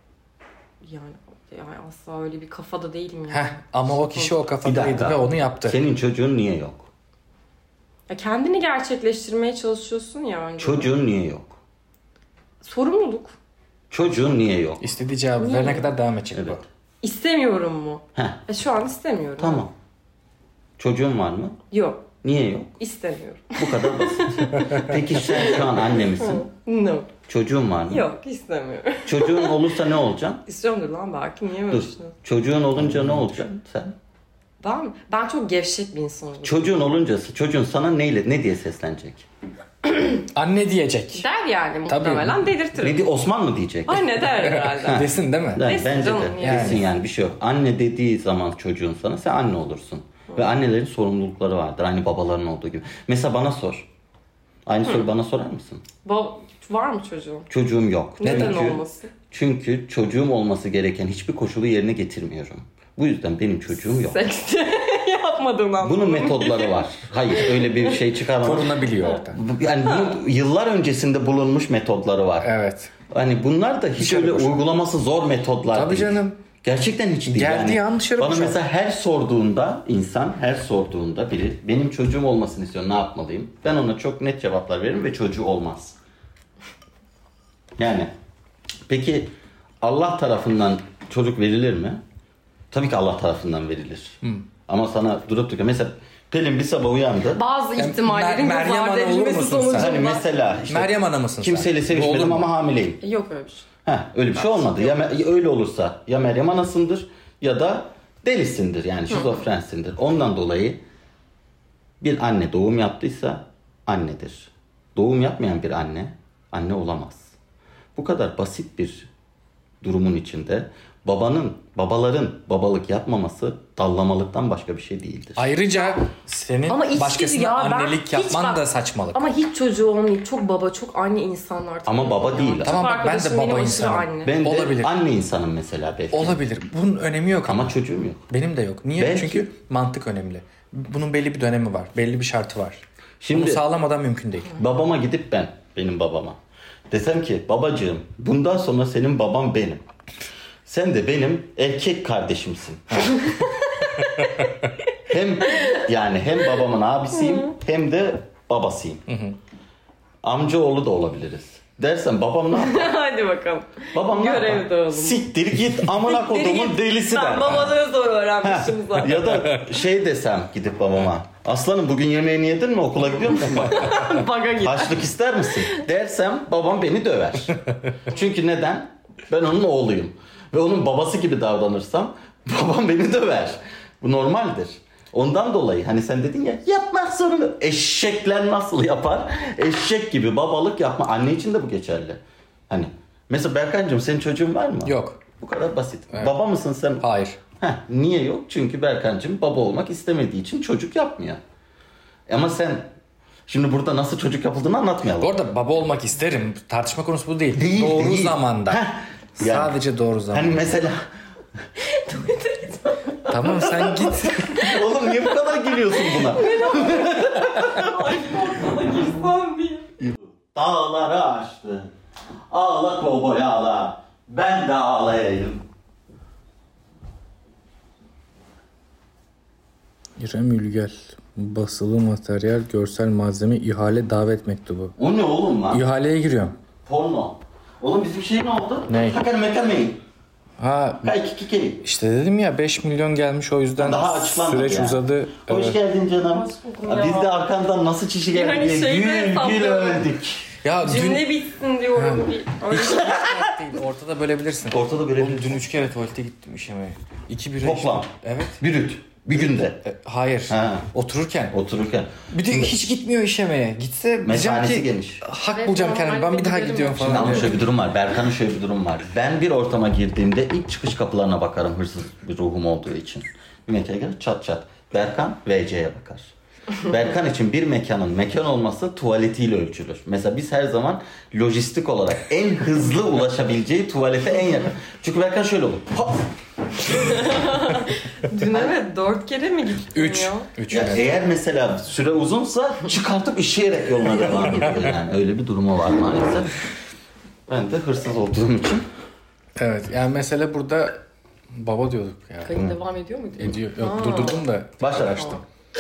Yani, yani asla öyle bir kafada değilim yani. Heh, ama o kişi o Bir kafadaydı dakika. ve onu yaptı. Senin çocuğun niye yok? Ya kendini gerçekleştirmeye çalışıyorsun ya önce. Çocuğun niye yok? Sorumluluk. Çocuğun niye yok? İstediği cevabı Niye? verene kadar devam edecek Evet. bu. İstemiyorum mu? Heh, E şu an istemiyorum. tamam. Çocuğun var mı? Yok. Niye yok? İstemiyorum. Bu kadar basit. Peki sen şu an anne misin? No. Çocuğun var mı? Yok istemiyorum. Çocuğun olursa ne olacaksın? İstiyorumdur lan belki. Niye böyle Dur. düşünüyorsun? Çocuğun olunca ne olacaksın sen? Ben mi? Ben çok gevşek bir insanım. Çocuğun olunca çocuğun sana neyle ne diye seslenecek? Anne diyecek. Der yani Tabii. muhtemelen dedirtirim. Ne diye Osman mı diyecek? Anne der herhalde. Desin değil mi? Yani Desin bence canım, de. yani. Desin yani bir şey yok. Anne dediği zaman çocuğun sana sen anne olursun. Ve annelerin sorumlulukları vardır. Aynı babaların olduğu gibi. Mesela bana sor. Aynı soru bana sorar mısın? Ba- var mı çocuğun? Çocuğum yok. Neden Çünkü- olmasın? Çünkü çocuğum olması gereken hiçbir koşulu yerine getirmiyorum. Bu yüzden benim çocuğum yok. Seks yapmadığından. Bunun metodları var. Hayır öyle bir şey çıkarmam. Korunabiliyor orada. Yani bunun yıllar öncesinde bulunmuş metodları var. Evet. Hani bunlar da hiç Dışarı öyle koşun. uygulaması zor metodlar Tabii değil. canım. Gerçekten hiç değil. Geldiği yani. an dışarı Bana koşar. mesela her sorduğunda insan her sorduğunda biri benim çocuğum olmasını istiyor ne yapmalıyım? Ben ona çok net cevaplar veririm ve çocuğu olmaz. Yani peki Allah tarafından çocuk verilir mi? Tabii ki Allah tarafından verilir. Ama sana durup durup mesela Pelin bir sabah uyandı. Bazı Yani ihtimallerin Mer- Meryem göz ardı Ana olur edilmesi musun sen? sonucunda. Hani mesela işte Meryem Ana mısın sen? kimseyle Bu olur sevişmedim mu? ama hamileyim. Yok öyle bir şey. Heh, öyle bir şey olmadı. Ya me- öyle olursa ya Meryem Anası'ndır ya da delisindir yani şizofrensindir. Ondan dolayı bir anne doğum yaptıysa annedir. Doğum yapmayan bir anne anne olamaz. Bu kadar basit bir durumun içinde babanın, babaların babalık yapmaması dallamalıktan başka bir şey değildir. Ayrıca senin Ama içgüdü başkasına ya, ben annelik hiç yapman bak- da saçmalık. Ama hiç çocuğu olmayıp çok baba, çok anne insanlar. Ama baba tanıyorum değil. ya. Tamam Çok bak, ben de arkadaşım baba benim aşırı insanım. Anne. Ben de Olabilir. anne insanım mesela belki. Olabilir. Bunun önemi yok ama. Ama çocuğum yok. Benim de yok. Niye? Belki- Çünkü mantık önemli. Bunun belli bir dönemi var. Belli bir şartı var. Şimdi- Bunu sağlamadan mümkün değil. Babama gidip ben, benim babama desem ki babacığım bundan sonra senin babam benim. Sen de benim erkek kardeşimsin. hem yani hem babamın abisiyim hem de babasıyım. Amcaoğlu da olabiliriz. Dersen babam ne yapar? Hadi bakalım. Babam ne Görev yapar? dağılımı. Siktir git amına kodumun delisi der. Ben babadan zor öğrenmişim zaten. Ya da şey desem gidip babama. Aslanım bugün yemeğini yedin mi okula gidiyor musun? Baga git. Haçlık ister misin? Dersem babam beni döver. Çünkü neden? Ben onun oğluyum. Ve onun babası gibi davranırsam babam beni döver. Bu normaldir. Ondan dolayı hani sen dedin ya yapmak zorunda. Eşekler nasıl yapar? Eşek gibi babalık yapma. Anne için de bu geçerli. Hani mesela Berkancığım senin çocuğun var mı? Yok. Bu kadar basit. Evet. Baba mısın sen? Hayır. Heh, niye yok? Çünkü Berkancığım baba olmak istemediği için çocuk yapmıyor. Ama sen şimdi burada nasıl çocuk yapıldığını anlatmayalım. Bu arada baba olmak isterim. Tartışma konusu bu değil. Değil, doğru değil. zamanda. Heh, yani. Sadece doğru zamanda. Hani mesela Tamam sen git. oğlum niye bu kadar gülüyorsun buna? Dağları aştı. Ağla kovboy ağla. Ben de ağlayayım. İrem Ülgel. Basılı materyal, görsel malzeme, ihale davet mektubu. O ne oğlum lan? İhaleye giriyorum. Porno. Oğlum bizim şey ne oldu? Ne? Hakan mekameyi. Ha Kayki kikeri. işte dedim ya beş milyon gelmiş o yüzden Daha açıklanmadı süreç yani. uzadı. Hoş Evet. geldin canım. Hoş buldum ya. Biz de arkandan nasıl çişi geldi Yani diye şeyi gül gül hesaplıyorum. öldük. Ya dün Cümle bitsin diyorum. Bir- Öyle değil, ortada bölebilirsin. Ortada Oğlum görebiliriz. dün üç kere tuvalete gittim işeme. İki bira Toplam. içtim. Evet. Brüt. Bir günde. E, hayır. Ha. Otururken. Otururken. Bir de hiç gitmiyor işemeye. Gitse diyeceğim Mesanesi ki geniş. hak Evet, bulacağım normal kendimi. Ben bir daha giderim gidiyorum ben. falan. Ama diyor. şöyle bir durum var. Berkan'ın şöyle bir durum var. Ben bir ortama girdiğimde ilk çıkış kapılarına bakarım hırsız bir ruhum olduğu için. Bir mekana gelir çat çat. Berkan V C'ye bakar. Berkan için bir mekanın mekan olması tuvaletiyle ölçülür. Mesela biz her zaman lojistik olarak en hızlı ulaşabileceği tuvalete en yakın. Çünkü Berkan şöyle olur. Hop! Dün evet dört kere mi gittin Üç. ya? Üç. Ya evet. eğer mesela süre uzunsa çıkartıp işeyerek yoluna devam ediyor. Yani öyle bir durumu var maalesef. Ben de hırsız olduğum için. Evet. Yani mesele burada baba diyorduk ya. Kayıt devam ediyor muydu? Ediyor. Yok Aa. durdurdum da. Başla. açtım.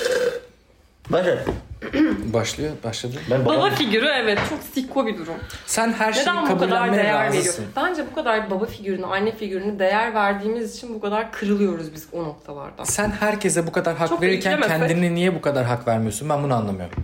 Başar. Başlıyor. Başladı. Ben Baba babam... figürü evet çok sikko bir durum. Sen her şeyi Neden bu kadar kabullenmeye değer veriyor? razısın. Bence bu kadar baba figürünü, anne figürünü değer verdiğimiz için bu kadar kırılıyoruz biz o noktalardan. Sen herkese bu kadar hak Çok verirken beklemesek- kendine niye bu kadar hak vermiyorsun? Ben bunu anlamıyorum.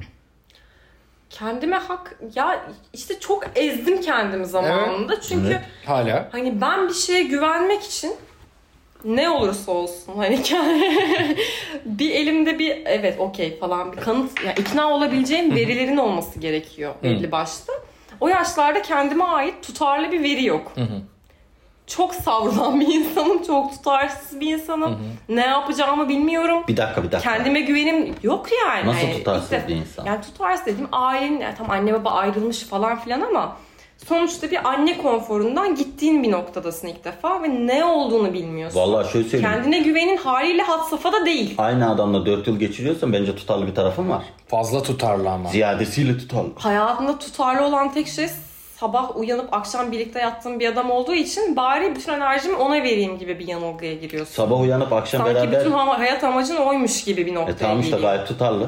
Kendime hak... Ya işte çok ezdim kendimi zamanında. Çünkü Evet. Hala. hani ben bir şeye güvenmek için ne olursa olsun hani kendi- bir elimde bir evet okey falan bir kanıt yani ikna olabileceğim verilerin olması gerekiyor belli başta. O yaşlarda kendime ait tutarlı bir veri yok. Hı hı. Çok savrulan bir insanım, çok tutarsız bir insanım. Ne yapacağımı bilmiyorum. Bir dakika bir dakika. Kendime güvenim yok yani. Nasıl Yani tutarsız ilk de- bir insan? Yani tutarsız dediğim ailenin, yani tam anne baba ayrılmış falan filan ama sonuçta bir anne konforundan gittiğin bir noktadasın ilk defa ve ne olduğunu bilmiyorsun. Vallahi şöyle söyleyeyim. Kendine güvenin haliyle had safhada değil. Aynı adamla dört yıl geçiriyorsan bence tutarlı bir tarafın var. Fazla tutarlı ama. Ziyadesiyle tutarlı. Hayatında tutarlı olan tek şey sabah uyanıp akşam birlikte yattığım bir adam olduğu için bari bütün enerjimi ona vereyim gibi bir yanılgıya giriyorsun. Sabah uyanıp akşam Sanki beraber... bütün ha- hayat amacın oymuş gibi bir noktaya E tamam işte geliyor. gayet tutarlı.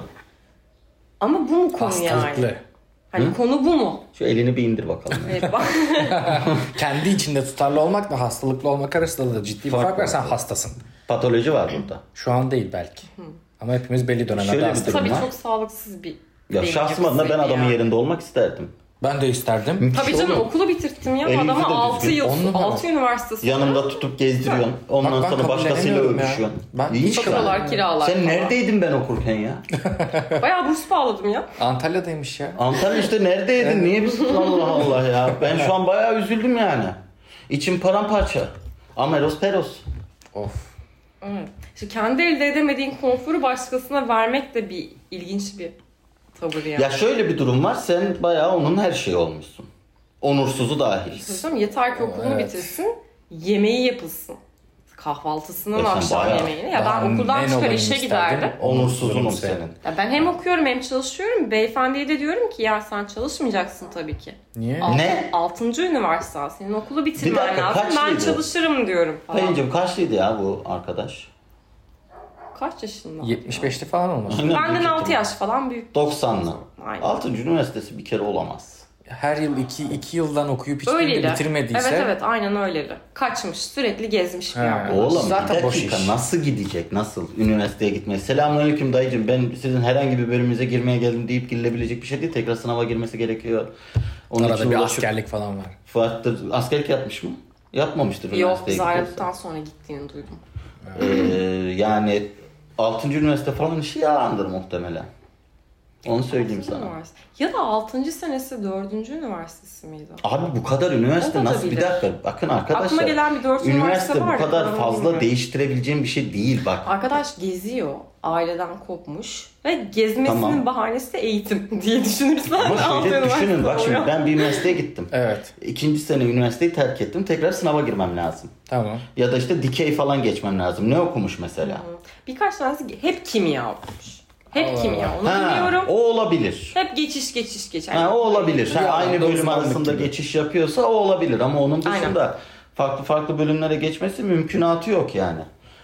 Ama bu mu konu Hastalıklı. yani? Hani Hı? konu bu mu? Şu elini bir indir bakalım. Evet, bak. Kendi içinde tutarlı olmakla hastalıklı olmak arasında da ciddi bir Fark fark var. var. Sen hastasın. Patoloji var burada. Şu an değil belki. Ama hepimiz belli dönemlerde Şöyle bir hastayız. durum Tabii var. çok sağlıksız bir Ya beyin şahsım adına ben yapısı adamın ya. yerinde olmak isterdim. Ben de isterdim. Tabii canım Oğlum, okulu bitirttim ya. elinizi de Adama altı düzgün. yıl, On numara. altı üniversitesi. Yanımda tutup gezdiriyorsun. Ondan Bak ben sonra başkasıyla kabullenemiyorum ya. öpüşüyorsun. Ben İyi hiç işte. Faturalar, kiralar Sen falan. neredeydin ben okurken ya? Bayağı burs bağladım ya. Antalya'daymış ya. Antalya işte neredeydin? Niye biz Allah Allah ya. Ben şu an bayağı üzüldüm yani. İçim paramparça. Ameros peros. Of. Evet. İşte kendi elde edemediğin konforu başkasına vermek de bir ilginç bir tavır yani. Ya şöyle bir durum var. Sen bayağı onun her şeyi olmuşsun. Onursuzu dahil. Söylesem yeter ki okulunu Evet. bitirsin, yemeği yapılsın. Kahvaltısının E sen akşam bayağı- yemeğini. Ya Ben ben okuldan en çıkar olayım işe isterdim. giderdim. Onursuzun o senin. senin. Ya ben hem okuyorum hem çalışıyorum. Beyefendiye de diyorum ki ya sen çalışmayacaksın tabii ki. Niye? Alt- Ne? Altıncı üniversite. Senin okulu bitirmen Bir dakika, lazım. Ben kaçlıydı? çalışırım diyorum falan. Pelin'cim kaçlıydı ya bu arkadaş? Kaç yaşında? yetmiş beşli falan olması. Aynen, Benden büyük altı ihtimal. yaş falan büyük. doksanlı. Aynen. altıncı üniversitesi bir kere olamaz. Her yıl iki, iki yıldan okuyup hiçbirini Öyleydi. bitirmediyse. Evet evet aynen öyleydi. Kaçmış sürekli gezmiş bir He. arkadaş. Oğlum Zaten bir boş dakika iş. nasıl gidecek? Nasıl? Üniversiteye gitmeye. Selamünaleyküm dayıcım. Ben sizin herhangi bir bölümünüze girmeye geldim deyip girilebilecek bir şey değil. Tekrar sınava girmesi gerekiyor. Onun Arada için bir uğraşıp- askerlik falan var. Farklı askerlik yapmış mı? Yapmamıştır Yok üniversiteye biz gidiyorsa. ayrıldıktan sonra gittiğini duydum. Ee, yani altıncı üniversite falan işi yalandır muhtemelen. Onu söyleyeyim Altıncı sana. üniversite. Ya da altıncı senesi dördüncü üniversitesi miydi? Abi bu kadar üniversite O da nasıl bir olabilir. dakika bakın arkadaşlar. Aklıma gelen bir dört üniversite üniversite var bu ya, kadar ben fazla bilmiyorum. değiştirebileceğim bir şey değil bak. Arkadaş geziyor, aileden kopmuş ve gezmesinin Tamam. bahanesi eğitim diye düşünürsen Ama altı şöyle üniversite düşünün bak şimdi oluyor. ben bir üniversiteye gittim. Evet. İkinci sene üniversiteyi terk ettim. Tekrar sınava girmem lazım. Tamam. Ya da işte dikey falan geçmem lazım. Ne okumuş mesela? Birkaç tanesi hep kimya okumuş. Hep Allah kimya Allah. onu Ha, biliyorum. o olabilir. Hep geçiş geçiş geç. Ha, o olabilir. Ha, Bir aynı alanda bölüm uzmanlık arasında gibi. geçiş yapıyorsa o olabilir. Ama onun dışında Aynen. farklı farklı bölümlere geçmesi mümkünatı yok yani.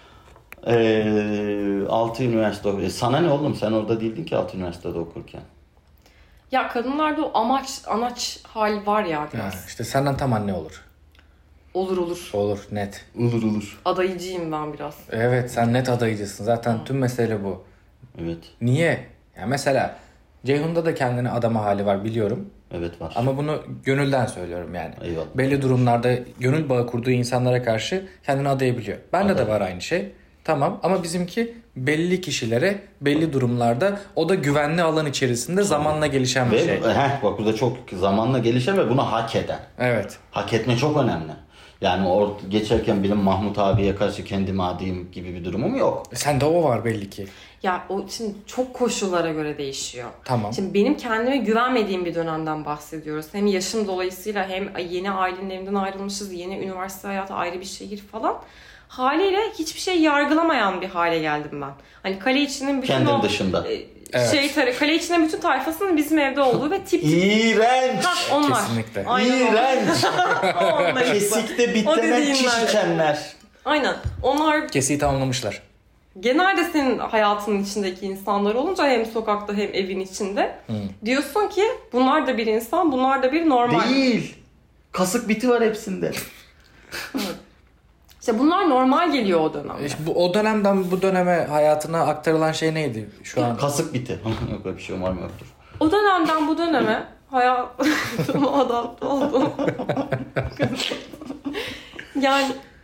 Ee, altı üniversite okuyor. Sana ne oğlum? Sen orada değildin ki altı üniversitede okurken. Ya kadınlarda o amaç, anaç hal var ya biraz. Ha, işte senden tam anne olur. Olur olur. Olur net. Olur olur. Adayıcıyım ben biraz. Evet sen net adayıcısın. Zaten tüm mesele bu. Evet. Niye? Ya mesela Ceyhun'da da kendine adama hali var biliyorum. Evet var. Ama bunu gönülden söylüyorum yani. Eyvallah. Belli durumlarda gönül bağı kurduğu insanlara karşı kendini adayabiliyor. Bende de Aday. var aynı şey. Tamam ama bizimki belli kişilere belli durumlarda o da güvenli alan içerisinde zamanla gelişen bir Ve şey. heh, bak burada çok zamanla gelişen ve bunu hak eden. Evet. Hak etme çok önemli. Yani or geçerken benim Mahmut abiye karşı kendimi adayım gibi bir durumum yok. Sende o var belli ki. Ya o şimdi çok koşullara göre değişiyor. Tamam. Şimdi benim kendime güvenmediğim bir dönemden bahsediyoruz. Hem yaşım dolayısıyla hem yeni ailenin evinden ayrılmışız, yeni üniversite hayatı, ayrı bir şehir falan. Haliyle hiçbir şey yargılamayan bir hale geldim ben. Hani kale içinin bütün Kendin o dışında. E, Evet. şey tar- kale içinin bütün tayfasının bizim evde olduğu ve tip tip. İğrenç. Hah, onlar. Kesinlikle. Aynen o. İğrenç. Onlar işte. Kesikte O bitlenen dediğinler. çiş içenler. Aynen. Onlar Kesiyi tamamlamışlar. genelde senin hayatının içindeki insanlar olunca hem sokakta hem evin içinde Hı. diyorsun ki bunlar da bir insan, bunlar da bir normal. Değil. Kasık biti var hepsinde. İşte bunlar normal geliyor o dönemde. İşte bu, o dönemden bu döneme hayatına aktarılan şey neydi şu an? Kasık biti. Yok öyle bir şey umarım yoktur. O dönemden bu döneme hayatıma adapte oldum. Yani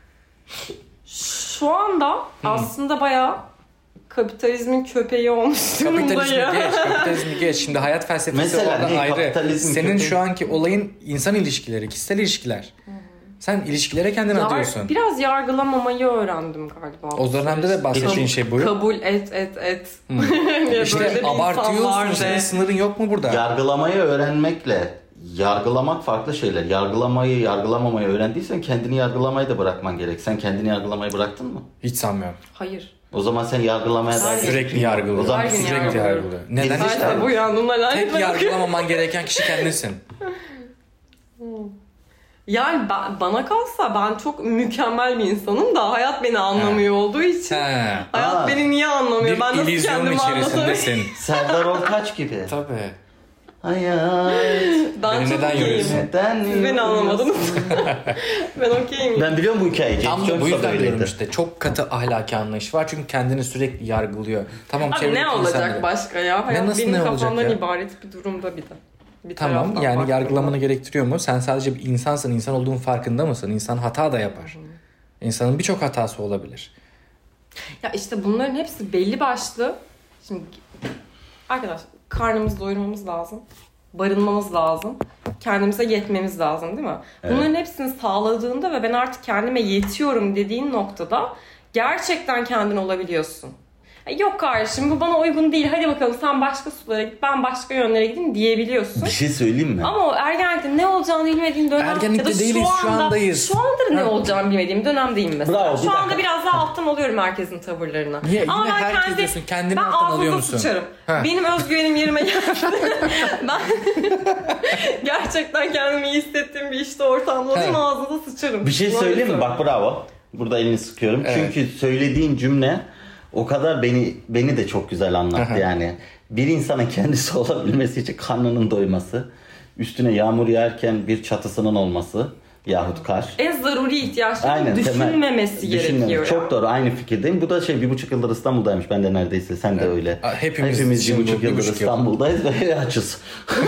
şu anda aslında bayağı kapitalizmin köpeği olmuş Kapitalizmi durumdayım. geç, kapitalizmi geç. Şimdi hayat felsefesi Mesela orada ne? ayrı. Kapitalizm Senin köpeği. şu anki olayın insan ilişkileri, kişisel ilişkiler. Sen ilişkilere kendini Yar- atıyorsun. Biraz yargılamamayı öğrendim galiba. O dönemde de bahsettiğin şey bu. Kabul et et et. Diye İşte böyle bir insan abartıyorsun. var Senin de. sınırın yok mu burada? Yargılamayı öğrenmekle yargılamak farklı şeyler. Yargılamayı, yargılamamayı öğrendiysen kendini yargılamayı da bırakman gerek. Sen kendini yargılamayı bıraktın mı? Hiç sanmıyorum. Hayır. O zaman sen yargılamaya dair Sürekli yargılıyor. O zaman Her gün Sürekli yargılıyorum. yargılıyor. Neden Biz işte? işte- Ben de bu yanımla lanet Tek yargılamaman gereken kişi kendisin. Yani ben, bana kalsa ben çok mükemmel bir insanım da hayat beni anlamıyor olduğu için. He. Hayat Aa. beni niye anlamıyor? Bir Ben nasıl illüzyonun kendimi anlatabilirim? içerisindesin. Serdar Ortaç gibi. Tabii. Hayat. Ben Beni çok neden okeyim. yoruyorsun? Neden Siz beni anlamadınız. ben okeyim. Ben biliyorum bu hikayeyi. Tam James da bu Jones da yüzden diyorum böyleydi. işte. Çok katı ahlaki anlayış var. Çünkü kendini sürekli yargılıyor. Tamam, Abi çevredeki ne olacak insanları- başka ya? Hayat nasıl benim ne olacak kafamdan ya? ibaret bir durumda bir de. Bir Tamam, taraftan yani baktığımda. yargılamanı gerektiriyor mu? Sen sadece bir insansın. İnsan olduğun farkında mısın? İnsan hata da yapar. İnsanın birçok hatası olabilir. Ya işte bunların hepsi belli başlı. Şimdi arkadaş karnımızı doyurmamız lazım. Barınmamız lazım. Kendimize yetmemiz lazım değil mi? Bunların hepsini sağladığında ve ben artık kendime yetiyorum dediğin noktada gerçekten kendin olabiliyorsun. Yok kardeşim bu bana uygun değil. Hadi bakalım sen başka sulara git, ben başka yönlere gideyim diyebiliyorsun. Bir şey söyleyeyim mi? Ama o ergenlikte ne olacağını bilmediğin dönem Ergenlikte ya da değiliz, şu anda, andayız. Şu anda ne Ha. olacağını bilmediğim dönemdeyim mesela. Bravo, bir şu anda dakika. biraz daha alttan alıyorum herkesin tavırlarını. Niye? Ama Yine ben herkes kendi, diyorsun, kendini ben alttan alıyor ağzınıza musun? sıçarım. Ha. Benim özgüvenim yerime geldi. ben gerçekten kendimi iyi hissettiğim bir işte ortamda olayım Ha. ağzınıza sıçarım. Bir şey Bunu söyleyeyim mi? söyleyeyim. Bak bravo. Burada elini sıkıyorum. Evet. Çünkü söylediğin cümle o kadar beni beni de çok güzel anlattı Aha. yani. Bir insanın kendisi olabilmesi için karnının doyması, üstüne yağmur yağarken bir çatısının olması yahut kar. En zaruri ihtiyaçları Aynen, temel. düşünmemesi Düşünmem. gerekiyor. Çok doğru, aynı fikirdeyim. Bu da şey bir buçuk yıldır İstanbul'daymış. Ben de neredeyse. Sen de öyle. Hepimiz Hepimiz bir şimdi buçuk bir yıldır buçuk yıl. İstanbul'dayız ve açız.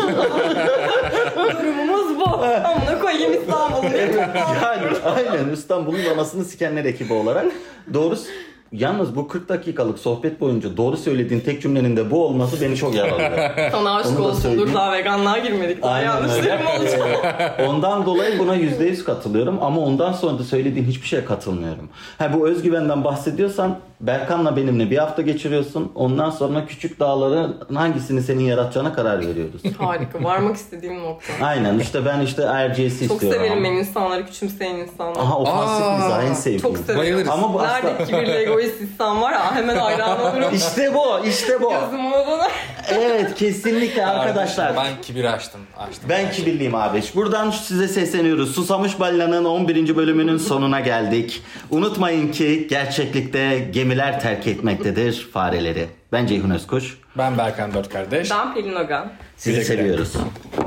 Durumumuz bu. Amına koyayım İstanbul'un. Yani aynen İstanbul'un anasını sikenler ekibi olarak. Doğru. Yalnız bu kırk dakikalık sohbet boyunca doğru söylediğin tek cümlenin de bu olması beni çok yaraladı. Sana aşık Onu da olsun söyleyeyim. dur daha veganlığa girmedik. Daha Aynen yanlışlarım olacak. öyle. Ondan dolayı buna yüzde yüz katılıyorum ama ondan sonra da söylediğin hiçbir şeye katılmıyorum. Ha bu özgüvenden bahsediyorsan Berkan'la benimle bir hafta geçiriyorsun. Ondan sonra küçük dağların hangisini senin yaratacağına karar veriyoruz. Harika. Varmak istediğim nokta. Aynen işte ben işte Erciyes'i Çok istiyorum. severim ama. ben insanları, küçümseyen insanları. Aha ofansif Aa, mizah en sevdiğim. Çok severim. Bayılırız. Ama bu asla... Nerede kibirli egoist insan var ya hemen hayran olurum. İşte bu, işte bu. Gözüm ona bana. Evet kesinlikle arkadaşlar. Ben kibiri açtım. açtım. Ben kibirliyim abi. Buradan size sesleniyoruz. Susamış Balina'nın on birinci bölümünün sonuna geldik. Unutmayın ki gerçeklikte gemiler terk etmektedir fareleri. Ben Ceyhun Özkuş. Ben Berkan Dört Kardeş. Ben Pelin Ogan. Sizi Güle güle. seviyoruz.